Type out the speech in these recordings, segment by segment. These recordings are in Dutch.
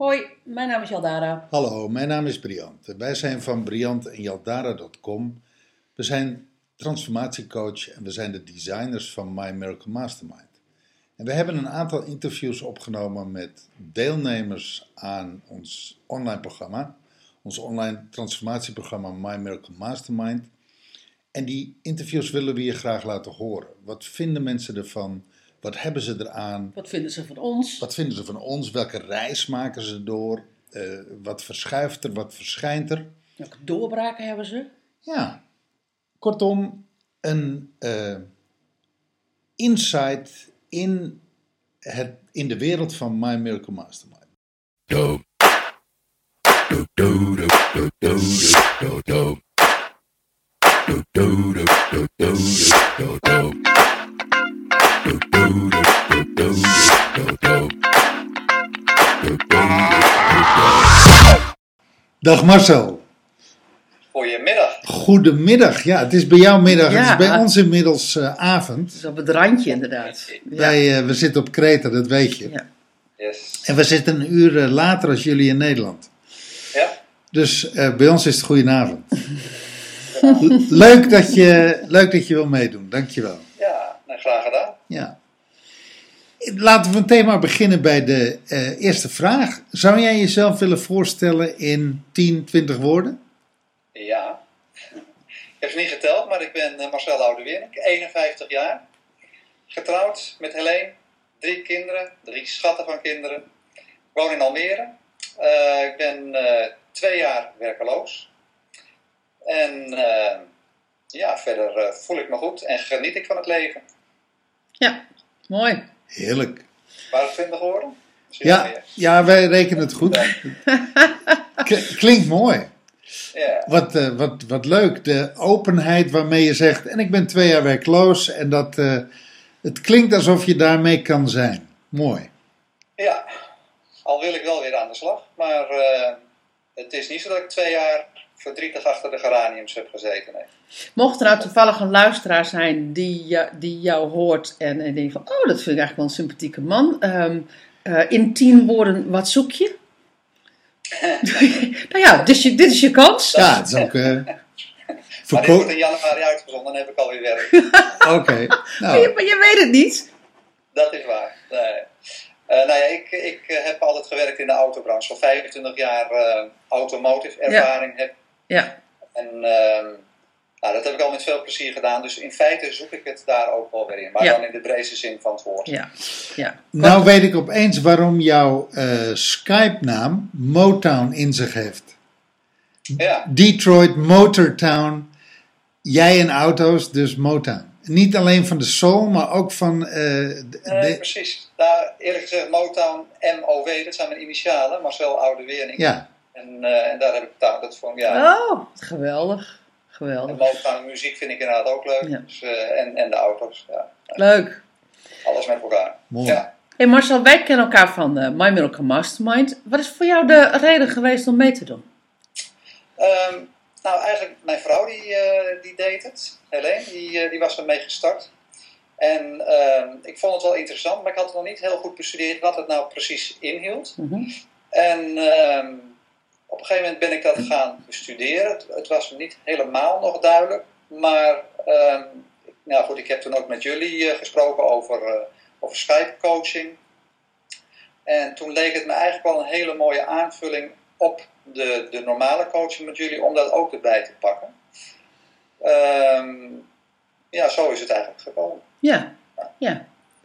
Hoi, mijn naam is Jaldara. Hallo, mijn naam is Briant. Wij zijn van briantenjaldara.com. We zijn transformatiecoach en we zijn de designers van My Miracle Mastermind. En we hebben een aantal interviews opgenomen met deelnemers aan ons online programma. Ons online transformatieprogramma My Miracle Mastermind. En die interviews willen we je graag laten horen. Wat vinden mensen ervan? Wat hebben ze eraan? Wat vinden ze van ons? Wat vinden ze van ons? Welke reis maken ze door? Wat verschuift er? Wat verschijnt er? Welke doorbraken hebben ze? Ja, kortom, een insight in de wereld van My Miracle Mastermind. Dag Marcel. Goedemiddag. Goedemiddag. Ja, het is bij jou middag. Ja. Het is bij ons inmiddels avond. Het is op het randje inderdaad. Ja. We zitten op Kreta, dat weet je. Ja. Yes. En we zitten een uur later als jullie in Nederland. Ja. Dus bij ons is het goedenavond. Leuk dat je wil meedoen. Dankjewel. Ja, nou, graag gedaan. Ja. Laten we meteen maar beginnen bij de eerste vraag. Zou jij jezelf willen voorstellen in 10, 20 woorden? Ja. Ik heb ze niet geteld, maar ik ben Marcel Oudewering, 51 jaar. Getrouwd met Helene, 3 kinderen, 3 schatten van kinderen. Ik woon in Almere. Ik ben 2 jaar werkeloos. En verder voel ik me goed en geniet ik van het leven. Ja, mooi. Heerlijk. Waren het 20 woorden? Ja, wij rekenen het goed. Klinkt mooi. Ja. Wat leuk. De openheid waarmee je zegt, en ik ben 2 jaar werkloos. En dat het klinkt alsof je daarmee kan zijn. Mooi. Ja, al wil ik wel weer aan de slag. Maar het is niet zo dat ik 2 jaar verdrietig achter de geraniums heb gezeten. Nee. Mocht er nou toevallig een luisteraar zijn die jou hoort en denkt van, oh, dat vind ik eigenlijk wel een sympathieke man. In 10 woorden, wat zoek je? Nou ja, dit is je kans. Ja, het is ook... Maar dit wordt in januari uitgezonden, dan heb ik alweer werk. Oké. Nou. Maar je weet het niet. Dat is waar. Nee. Ik heb altijd gewerkt in de autobranche. Al 25 jaar automotive ervaring heb. Ja. En dat heb ik al met veel plezier gedaan. Dus in feite zoek ik het daar ook wel weer in. Maar dan in de breedste zin van het woord. Ja. Nou weet ik opeens waarom jouw Skype-naam Motown in zich heeft. Ja. Detroit Motor Town. Jij en auto's, dus Motown. Niet alleen van de soul, maar ook van... Precies. Daar, eerlijk gezegd, Motown, MOW, dat zijn mijn initialen. Marcel Oudewering. Ja. En daar heb ik dat voor. Ja. Oh, geweldig. En Motown muziek vind ik inderdaad ook leuk. Ja. Dus, en de auto's. Ja. Leuk. Alles met elkaar. Mooi. Ja. Hey Marcel, wij kennen elkaar van My Miracle Mastermind. Wat is voor jou de reden geweest om mee te doen? Nou, eigenlijk mijn vrouw die deed het. Helene, die was ermee gestart. En ik vond het wel interessant, maar ik had nog niet heel goed bestudeerd wat het nou precies inhield. Mm-hmm. En op een gegeven moment ben ik dat gaan bestuderen. Het was niet helemaal nog duidelijk. Maar ik heb toen ook met jullie gesproken over Skype coaching. En toen leek het me eigenlijk wel een hele mooie aanvulling op de normale coaching met jullie, om dat ook erbij te pakken. Zo is het eigenlijk gekomen. Ja.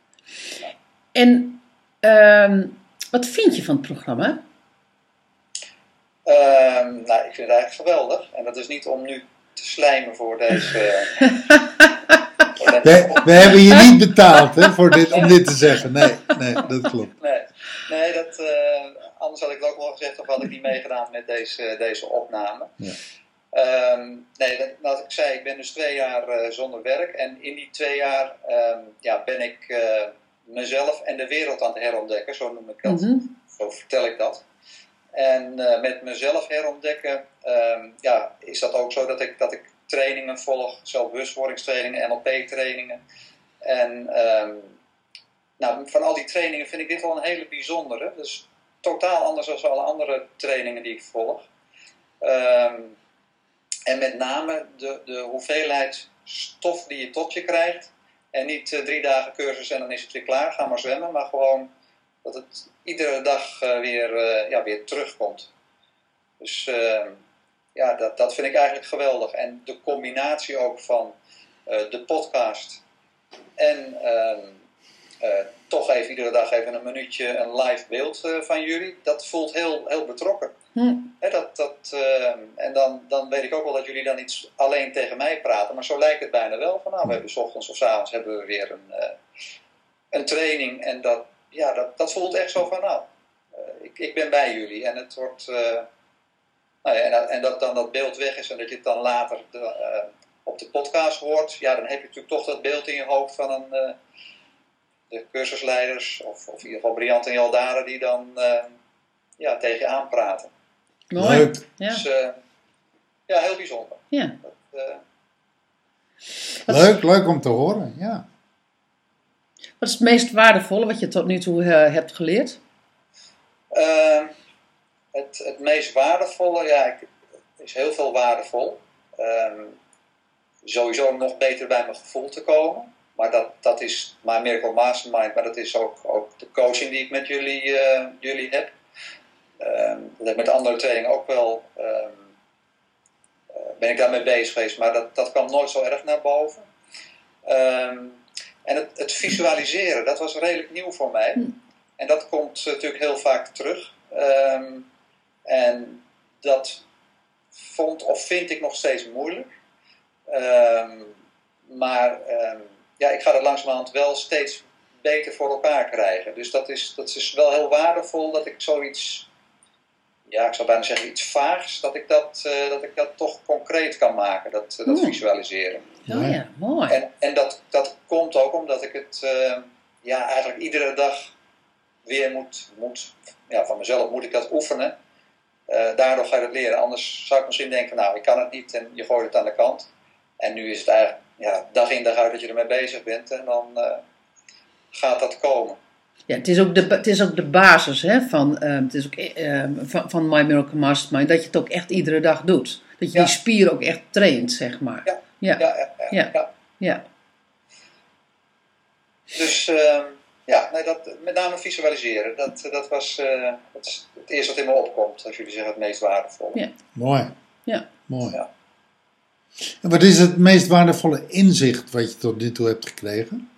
En wat vind je van het programma? Ik vind het eigenlijk geweldig. En dat is niet om nu te slijmen voor deze... We hebben je niet betaald hè, om dit te zeggen. Nee, dat klopt. Nee, anders had ik het ook wel gezegd, of had ik niet meegedaan met deze opname. Ja. Wat ik zei, ik ben dus 2 jaar zonder werk. En in die 2 jaar ben ik mezelf en de wereld aan het herontdekken. Zo noem ik dat. Mm-hmm. Zo vertel ik dat. En met mezelf herontdekken is dat ook zo dat ik trainingen volg. Zelfbewustwordingstrainingen, NLP-trainingen. En van al die trainingen vind ik dit wel een hele bijzondere. Dus totaal anders dan alle andere trainingen die ik volg. En met name de hoeveelheid stof die je tot je krijgt. En niet 3 dagen cursus en dan is het weer klaar, ga maar zwemmen. Maar gewoon dat het iedere dag weer terugkomt. Dus dat vind ik eigenlijk geweldig. En de combinatie ook van de podcast en toch even iedere dag even een minuutje een live beeld van jullie. Dat voelt heel, heel betrokken. En dan weet ik ook wel dat jullie dan niet alleen tegen mij praten. Maar zo lijkt het bijna wel. Van we hebben 's ochtends of 's avonds hebben we weer een training. En dat voelt echt zo van ik ben bij jullie. En het wordt... en dat dan dat beeld weg is en dat je het dan later op de podcast hoort. Ja, dan heb je natuurlijk toch dat beeld in je hoofd van de cursusleiders. Of in ieder geval Briant en Jaldara die dan tegen je aanpraten. Mooi. Leuk. Ja. Dus heel bijzonder. Ja. Leuk om te horen, ja. Wat is het meest waardevolle wat je tot nu toe hebt geleerd? Het meest waardevolle, is heel veel waardevol. Sowieso nog beter bij mijn gevoel te komen. Maar dat is My Miracle Mastermind, maar dat is ook de coaching die ik met jullie heb. Dat heb met andere trainingen ook wel, ben ik daarmee bezig geweest, maar dat kwam nooit zo erg naar boven. En het visualiseren, dat was redelijk nieuw voor mij. En dat komt natuurlijk heel vaak terug. En dat vind ik nog steeds moeilijk. Maar ik ga dat langzamerhand wel steeds beter voor elkaar krijgen. Dus dat is wel heel waardevol dat ik zoiets, ik zou bijna zeggen iets vaags, dat ik dat toch concreet kan maken, dat visualiseren. Oh ja, mooi. En dat komt ook omdat ik het eigenlijk iedere dag weer moet van mezelf moet ik dat oefenen. Daardoor ga je het leren. Anders zou ik misschien denken van ik kan het niet en je gooit het aan de kant. En nu is het eigenlijk dag in dag uit dat je ermee bezig bent en dan gaat dat komen. Ja, het is ook de basis van My Miracle Mastermind, dat je het ook echt iedere dag doet. Dat je die spier ook echt traint, zeg maar. Ja. Dus met name visualiseren, dat was het eerste wat in me opkomt, als jullie zeggen het meest waardevol. Ja. Mooi. Ja. Mooi. Ja. En wat is het meest waardevolle inzicht wat je tot nu toe hebt gekregen?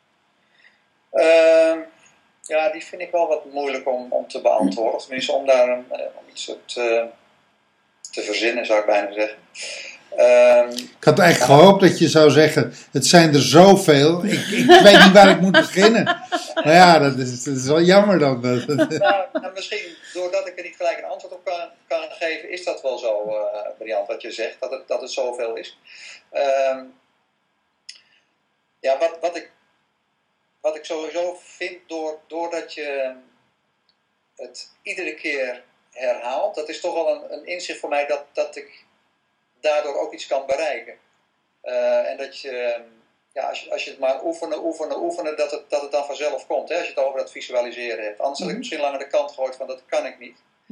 Die vind ik wel wat moeilijk om te beantwoorden. Of tenminste om daar om iets op te verzinnen, zou ik bijna zeggen. Ik had eigenlijk gehoopt dat je zou zeggen, het zijn er zoveel, ik weet niet waar ik moet beginnen. Maar ja, dat is wel jammer dan. Misschien doordat ik er niet gelijk een antwoord op kan geven, is dat wel zo, Briant, wat je zegt, dat het zoveel is. Wat ik sowieso vind, doordat je het iedere keer herhaalt, dat is toch wel een inzicht voor mij dat ik daardoor ook iets kan bereiken. En dat je, als je het maar oefenen, dat het dan vanzelf komt. Hè? Als je het over dat visualiseren hebt. Anders had ik misschien lang aan de kant gegooid van dat kan ik niet.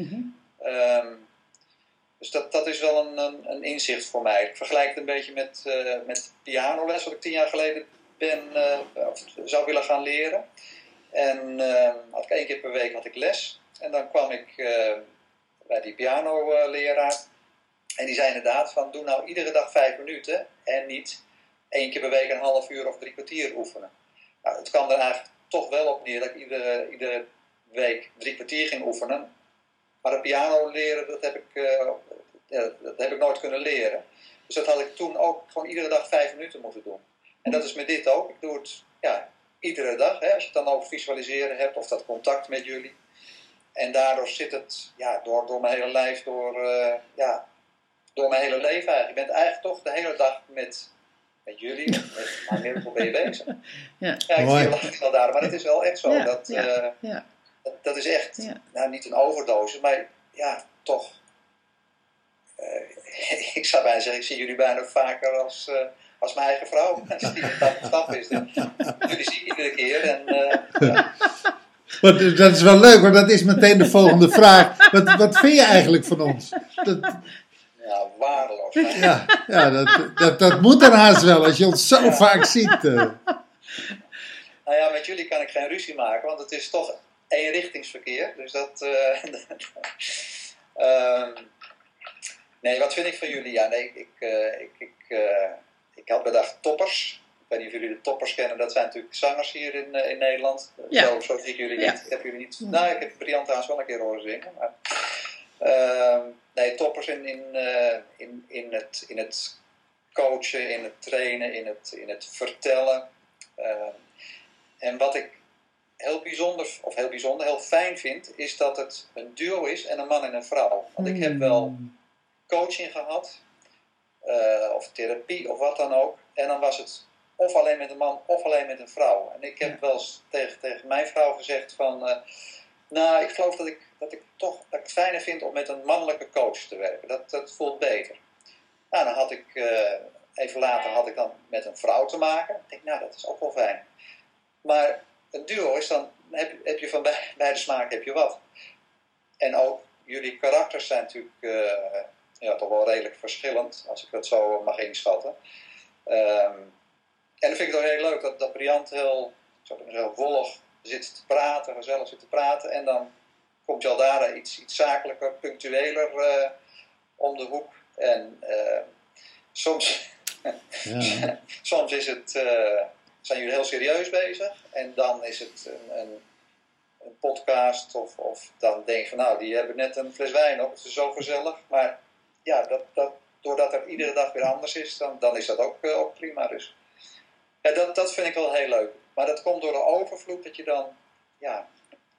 Dus dat is wel een inzicht voor mij. Ik vergelijk het een beetje met pianoles, wat ik 10 jaar geleden zou willen gaan leren. En had ik 1 keer per week had ik les. En dan kwam ik bij die pianoleraar. En die zei inderdaad van, doe nou iedere dag 5 minuten. En niet 1 keer per week een half uur of 3 kwartier oefenen. Nou, het kwam er eigenlijk toch wel op neer dat ik iedere week 3 kwartier ging oefenen. Maar het piano leren, dat heb ik nooit kunnen leren. Dus dat had ik toen ook gewoon iedere dag 5 minuten moeten doen. En dat is met dit ook. Ik doe het iedere dag. Hè, als je het dan over visualiseren hebt of dat contact met jullie. En daardoor zit het door mijn hele lijf, door mijn hele leven eigenlijk. Je bent eigenlijk toch de hele dag met jullie, met My Miracle ben je bezig. Ik zie wel daar, maar het is wel echt zo. Dat is echt, niet een overdosis, maar toch. Ik zou bijna zeggen, ik zie jullie bijna vaker als mijn eigen vrouw. Als die stap is. Jullie zie ik iedere keer. En, Dat is wel leuk, want dat is meteen de volgende vraag. Wat vind je eigenlijk van ons? Ja, waardeloos. Dat moet dan haast wel, als je ons zo vaak ziet. Nou ja, met jullie kan ik geen ruzie maken, want het is toch eenrichtingsverkeer. Dus dat... nee, wat vind ik van jullie? Ja, nee, ik had bedacht toppers. Ik weet niet of jullie de toppers kennen. Dat zijn natuurlijk zangers hier in Nederland. Ja. Zo zie ik jullie niet. Ik heb jullie niet... Nou, ik heb Briant trouwens wel een keer horen zingen. Maar, nee, toppers in het coachen, in het trainen, in het vertellen. En wat ik heel fijn vind, is dat het een duo is en een man en een vrouw. Want ik heb wel coaching gehad, of therapie of wat dan ook. En dan was het of alleen met een man of alleen met een vrouw. En ik heb wel eens tegen mijn vrouw gezegd van... nou, ik geloof dat ik het fijner vind om met een mannelijke coach te werken. Dat voelt beter. Nou, dan had ik... even later had ik dan met een vrouw te maken. Ik denk, nou, dat is ook wel fijn. Maar een duo is dan... heb je van beide smaken heb je wat. En ook jullie karakters zijn natuurlijk... toch wel redelijk verschillend. Als ik dat zo mag inschatten. En dan vind ik het ook heel leuk dat Briant heel wollig zit te praten. Gezellig zit te praten. En dan komt Jaldara iets zakelijker, punctueler om de hoek. En soms... soms is het, zijn jullie heel serieus bezig en dan is het een podcast of dan denk je van nou, die hebben net een fles wijn op, het is zo gezellig. Maar ja, doordat er iedere dag weer anders is, dan is dat ook prima. Dus ja, dat vind ik wel heel leuk. Maar dat komt door de overvloed dat je dan, ja,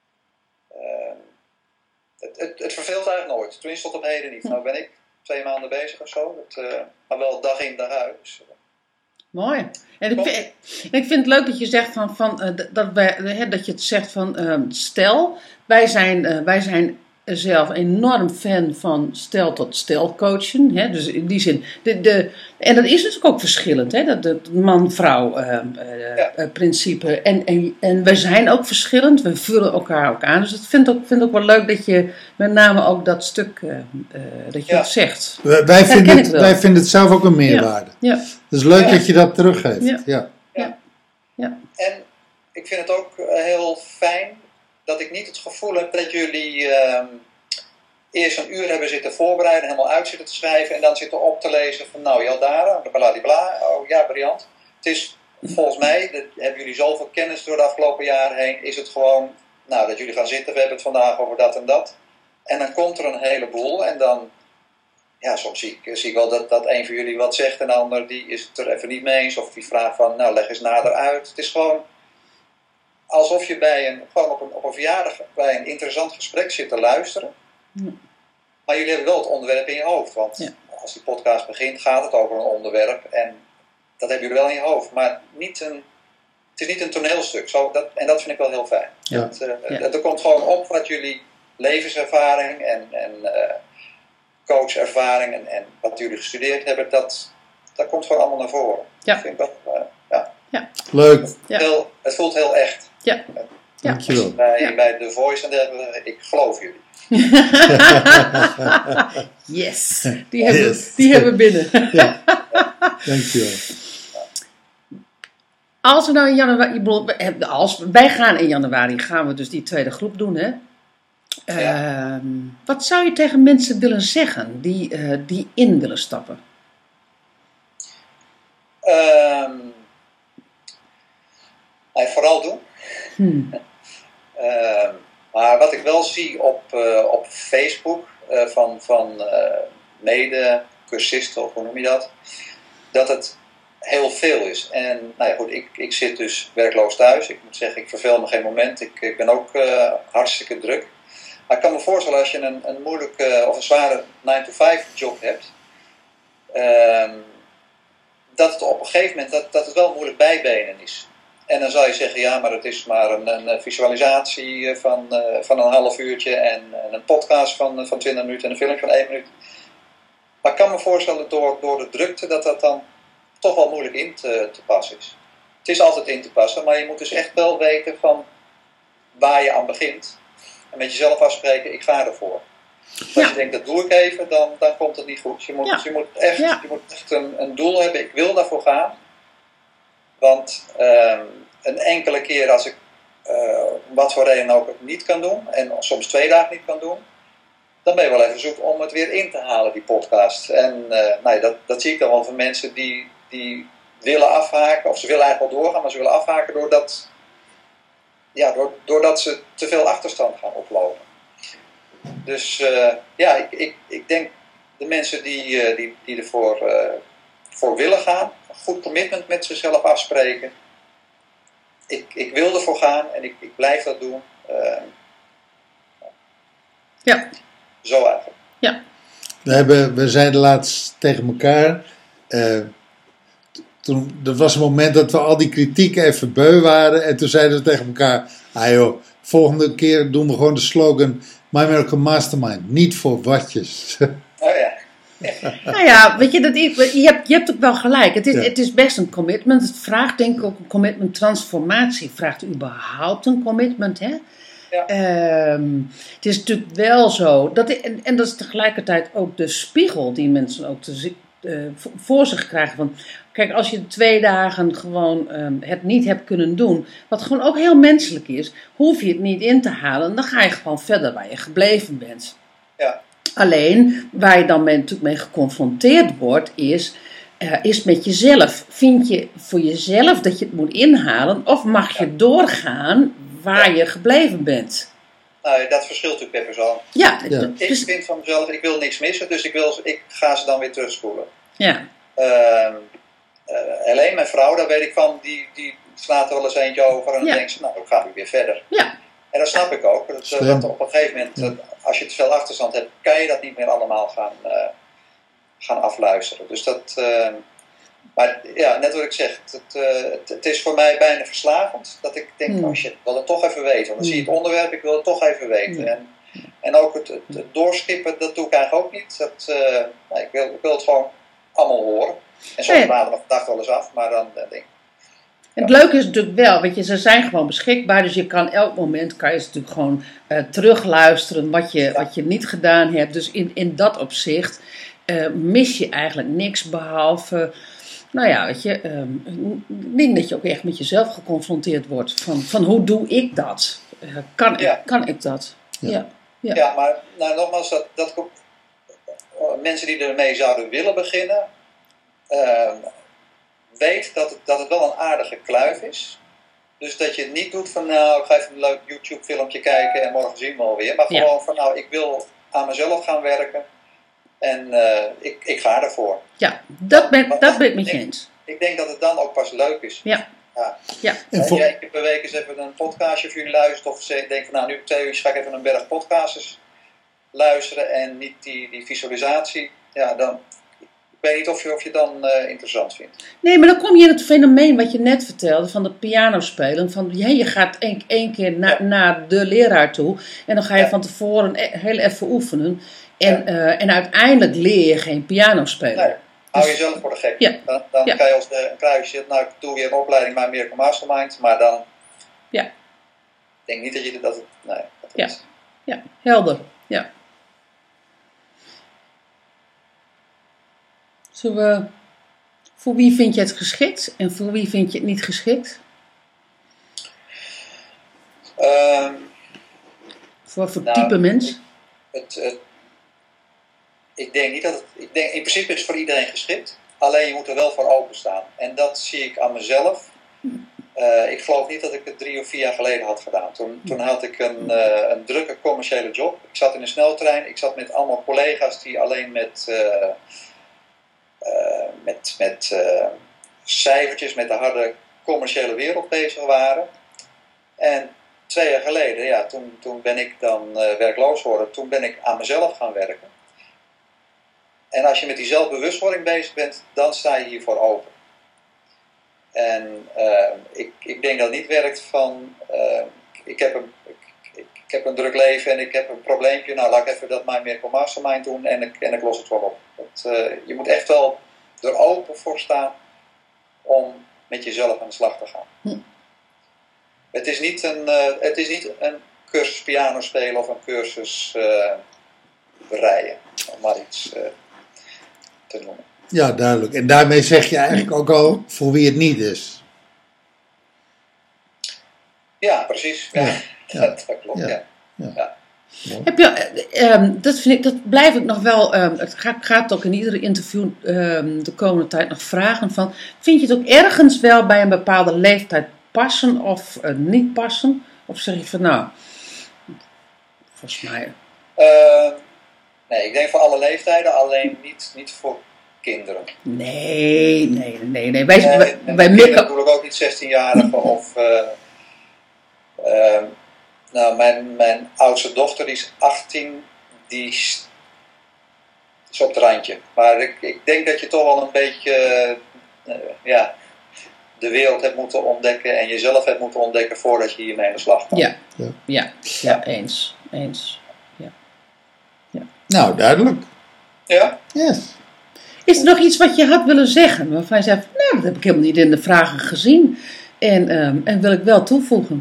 het verveelt eigenlijk nooit. Tenminste tot op heden niet. Nou ben ik 2 maanden bezig of zo. Maar wel dag in, dag uit. Dus, mooi. En ik vind het leuk dat je zegt dat je het zegt van stel. Wij zijn zelf enorm fan van stel tot stel coachen. Hè? Dus in die zin. En dat is natuurlijk ook verschillend. Hè? Dat man-vrouw principe. En wij zijn ook verschillend. We vullen elkaar ook aan. Dus ik vind het ook wel leuk dat je met name ook dat stuk dat je het zegt. Wij vinden het zelf ook een meerwaarde. Ja. Het is leuk dat je dat teruggeeft. Ja. En ik vind het ook heel fijn dat ik niet het gevoel heb dat jullie eerst een uur hebben zitten voorbereiden, helemaal uit zitten te schrijven en dan zitten op te lezen van nou Jaldara, bladibla, oh ja Briant. Het is volgens mij, hebben jullie zoveel kennis door de afgelopen jaren heen, is het gewoon, nou dat jullie gaan zitten, we hebben het vandaag over dat en dat. En dan komt er een heleboel en dan, ja soms zie ik wel dat een van jullie wat zegt en de ander die is het er even niet mee eens of die vraagt van nou leg eens nader uit. Het is gewoon alsof je op een verjaardag bij een interessant gesprek zit te luisteren. Ja. Maar jullie hebben wel het onderwerp in je hoofd. Want als die podcast begint gaat het over een onderwerp. En dat hebben jullie wel in je hoofd. Maar het is niet een toneelstuk. En dat vind ik wel heel fijn. Ja. Er komt gewoon op wat jullie levenservaring en coachervaring en wat jullie gestudeerd hebben. Dat komt gewoon allemaal naar voren. Ja. Dat vind ik wel, ja. Leuk. Het voelt heel echt. Ja. Dankjewel. Bij The Voice en dergelijke, ik geloof jullie. Yes. Die hebben we binnen. Ja. Dankjewel. Als we nou in januari, wij gaan in januari, gaan we dus die tweede groep doen, hè? Wat zou je tegen mensen willen zeggen die in willen stappen? Vooral doen. Maar wat ik wel zie op Facebook van mede-cursisten, of hoe noem je dat het heel veel is. En nou ja, goed, ik zit dus werkloos thuis. Ik moet zeggen, ik verveel me geen moment. Ik ben ook hartstikke druk. Maar ik kan me voorstellen als je een moeilijke of een zware 9-to-5 job hebt, dat het op een gegeven moment dat het wel moeilijk bijbenen is. En dan zou je zeggen, ja, maar het is maar een visualisatie van een half uurtje en een podcast van 20 minuten en een filmpje van 1 minuut. Maar ik kan me voorstellen door de drukte dat dan toch wel moeilijk in te passen is. Het is altijd in te passen, maar je moet dus echt wel weten van waar je aan begint. En met jezelf afspreken, ik ga ervoor. Als je denkt, dat doe ik even, dan komt het niet goed. Je moet echt een doel hebben, ik wil daarvoor gaan. Want een enkele keer als ik wat voor reden ook het niet kan doen, en soms 2 dagen niet kan doen, dan ben je wel even zoek om het weer in te halen, die podcast. En dat zie ik dan wel van mensen die willen afhaken, of ze willen eigenlijk wel doorgaan, maar ze willen afhaken doordat ze te veel achterstand gaan oplopen. Dus ik denk de mensen die ervoor voor willen gaan, een goed commitment met zichzelf afspreken. Ik wil ervoor gaan en ik blijf dat doen. Zo eigenlijk. Ja. We zeiden laatst tegen elkaar, er was een moment dat we al die kritiek even beu waren en toen zeiden we tegen elkaar, joh, volgende keer doen we gewoon de slogan My Miracle Mastermind, niet voor watjes. Oh ja. Nou ja, weet je, je hebt ook wel gelijk. Het is best een commitment. Het vraagt denk ik ook een commitment. Transformatie vraagt überhaupt een commitment, hè? Ja. Het is natuurlijk wel zo, en dat is tegelijkertijd ook de spiegel die mensen ook voor zich krijgen. Van, kijk, als je 2 dagen gewoon het niet hebt kunnen doen, wat gewoon ook heel menselijk is, hoef je het niet in te halen. Dan ga je gewoon verder waar je gebleven bent. Ja. Alleen, waar je dan natuurlijk mee geconfronteerd wordt, is met jezelf. Vind je voor jezelf dat je het moet inhalen, of mag je doorgaan waar je gebleven bent? Nou, dat verschilt natuurlijk per persoon. Ja. Ik vind van mezelf, ik wil niks missen, dus ik ga ze dan weer terugspoelen. Ja. Alleen mijn vrouw, daar weet ik van, die slaat er wel eens eentje over en dan denkt ze, nou, dan gaan we weer verder. Ja. En dat snap ik ook. Dat op een gegeven moment, als je te veel achterstand hebt, kan je dat niet meer allemaal gaan afluisteren. Dus dat... maar ja, net wat ik zeg, het is voor mij bijna verslavend. Dat ik denk, oh shit, ik wil het toch even weten. Want dan zie je het onderwerp, ik wil het toch even weten. En ook het doorskippen, dat doe ik eigenlijk ook niet. Ik wil het gewoon allemaal horen. En soms laten we vandaag wel eens af, maar dan denk ik... Het leuke is natuurlijk wel, weet je, ze zijn gewoon beschikbaar. Dus je kan elk moment, kan je ze natuurlijk gewoon terugluisteren wat je niet gedaan hebt. Dus in dat opzicht mis je eigenlijk niks behalve... Nou ja, weet je, ik denk dat je ook echt met jezelf geconfronteerd wordt. Van hoe doe ik dat? Kan ik dat? Ja, maar nou, nogmaals, dat mensen die ermee zouden willen beginnen, weet dat het wel een aardige kluif is. Dus dat je het niet doet van, nou, ik ga even een leuk YouTube filmpje kijken en morgen zien we alweer. Maar gewoon van, nou, ik wil aan mezelf gaan werken. En ik ga ervoor. Ja, dat ben ik met je eens. Ik denk dat het dan ook pas leuk is. Ja. Als jij een keer per week eens even een podcastje voor jullie luistert, of denk van, nou, nu 2 uur ga ik even een berg podcasters luisteren en niet die visualisatie. Ja, dan... Ik weet niet of je dan interessant vindt. Nee, maar dan kom je in het fenomeen wat je net vertelde van het pianospelen. Van, je gaat één keer naar de leraar toe en dan ga je van tevoren heel even oefenen. En uiteindelijk leer je geen piano spelen. Nee, hou jezelf voor de gek. Ja. Dan kan je als een kruisje zitten. Nou, ik doe weer een opleiding My Miracle Mastermind. Maar dan... Ja. Ik denk niet dat je dat... Nee, dat is... Ja, helder. Ja. Voor wie vind je het geschikt en voor wie vind je het niet geschikt? Voor type mens? Ik denk niet dat het... in principe is het voor iedereen geschikt. Alleen je moet er wel voor openstaan. En dat zie ik aan mezelf. Ik geloof niet dat ik het 3 of 4 jaar geleden had gedaan. Toen had ik een drukke commerciële job. Ik zat in een sneltrein. Ik zat met allemaal collega's die alleen met cijfertjes, met de harde commerciële wereld bezig waren. En 2 jaar geleden, toen ben ik dan werkloos geworden. Toen ben ik aan mezelf gaan werken. En als je met die zelfbewustwording bezig bent, dan sta je hiervoor open. En ik denk dat het niet werkt van... Ik heb een druk leven en ik heb een probleempje. Nou, laat ik even dat My Miracle Mastermind doen en ik los het wel op. Je moet echt wel er open voor staan om met jezelf aan de slag te gaan. Het is niet een cursus piano spelen of een cursus breien, om maar iets te noemen. Ja, duidelijk. En daarmee zeg je eigenlijk ook al voor wie het niet is. Ja, precies. Ja. Dat klopt, ja. Heb je, dat blijf ik nog wel, het gaat ook in iedere interview de komende tijd nog vragen van, vind je het ook ergens wel bij een bepaalde leeftijd passen of niet passen? Of zeg je van nou, volgens mij... Nee, ik denk voor alle leeftijden, alleen niet voor kinderen. Nee. Wij kinderen natuurlijk ook niet 16-jarigen of... mijn oudste dochter, die is 18, die is op het randje. Maar ik denk dat je toch wel een beetje de wereld hebt moeten ontdekken en jezelf hebt moeten ontdekken voordat je hiermee aan de slag kan. Ja, eens. Ja. Nou, duidelijk. Ja? Yes. Is er nog iets wat je had willen zeggen waarvan je zei, nou, dat heb ik helemaal niet in de vragen gezien en wil ik wel toevoegen?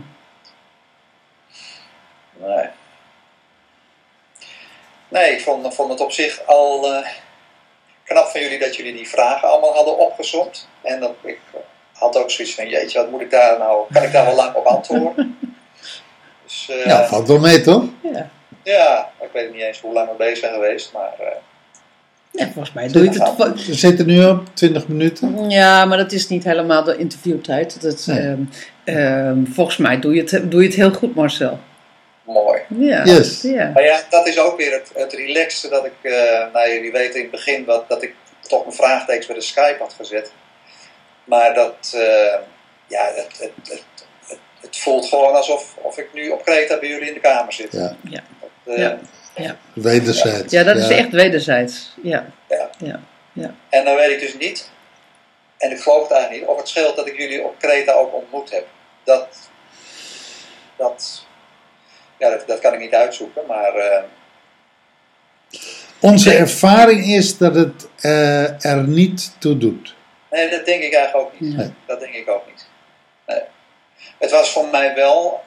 Nee, ik vond het op zich al knap van jullie dat jullie die vragen allemaal hadden opgezomd. En ik had ook zoiets van, jeetje, wat moet ik daar nou, kan ik daar wel lang op antwoorden? Dus, valt wel mee toch? Ja, ik weet niet eens hoe lang we bezig zijn geweest, maar... volgens mij doe je het... We zitten nu op 20 minuten. Ja, maar dat is niet helemaal de interviewtijd. Volgens mij doe je het heel goed, Marcel. Mooi. Ja. Yes. Ja. Maar ja, dat is ook weer het relaxte dat ik... jullie weten in het begin dat ik toch mijn vraagtekens bij de Skype had gezet. Maar het voelt gewoon alsof ik nu op Kreta bij jullie in de kamer zit. Ja. Wederzijds. Ja, dat is echt wederzijds. Ja. En dan weet ik dus niet, en ik geloof het eigenlijk niet, of het scheelt dat ik jullie op Kreta ook ontmoet heb. Dat kan ik niet uitzoeken, maar... Onze ervaring is dat het er niet toe doet. Nee, dat denk ik eigenlijk ook niet. Nee. Dat denk ik ook niet. Nee. Het was voor mij wel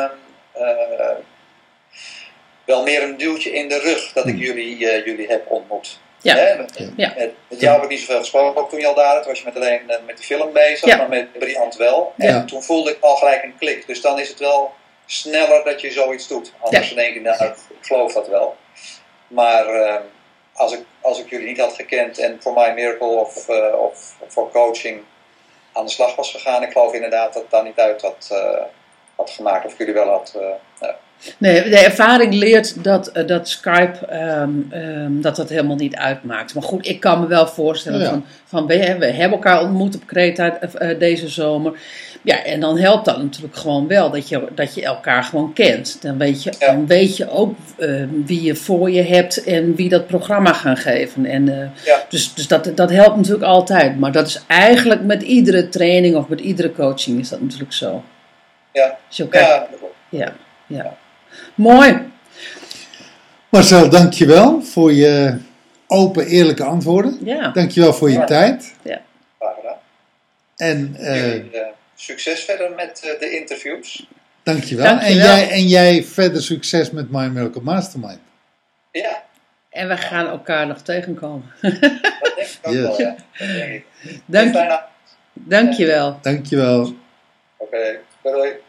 meer een duwtje in de rug dat ik jullie heb ontmoet. Ja. Met jou heb ik niet zoveel gesproken, ook toen je al daar was. Toen was je met die film bezig, maar met Briant wel. En toen voelde ik al gelijk een klik. Dus dan is het wel sneller dat je zoiets doet. Anders denk je, nou, ik geloof dat wel. Maar als ik jullie niet had gekend en voor My Miracle of voor coaching aan de slag was gegaan, ik geloof inderdaad dat het daar niet uit had gemaakt. Of ik jullie wel had... Nee, de ervaring leert dat Skype dat helemaal niet uitmaakt. Maar goed, ik kan me wel voorstellen van we hebben elkaar ontmoet op Kreta deze zomer. Ja, en dan helpt dat natuurlijk gewoon wel dat je elkaar gewoon kent. Dan weet je ook wie je voor je hebt en wie dat programma gaan geven. En, Dus dat helpt natuurlijk altijd. Maar dat is eigenlijk met iedere training of met iedere coaching is dat natuurlijk zo. Ja, ja. Mooi. Marcel, dankjewel voor je open, eerlijke antwoorden. Ja. Dankjewel voor je tijd. Ja. Graag gedaan. En succes verder met de interviews. Dankjewel. En jij verder succes met My Miracle Mastermind. Ja. En we gaan elkaar nog tegenkomen. Dat denk ik ook wel, ja. Dat denk ik. Dankjewel. Dankjewel. Oké, doei.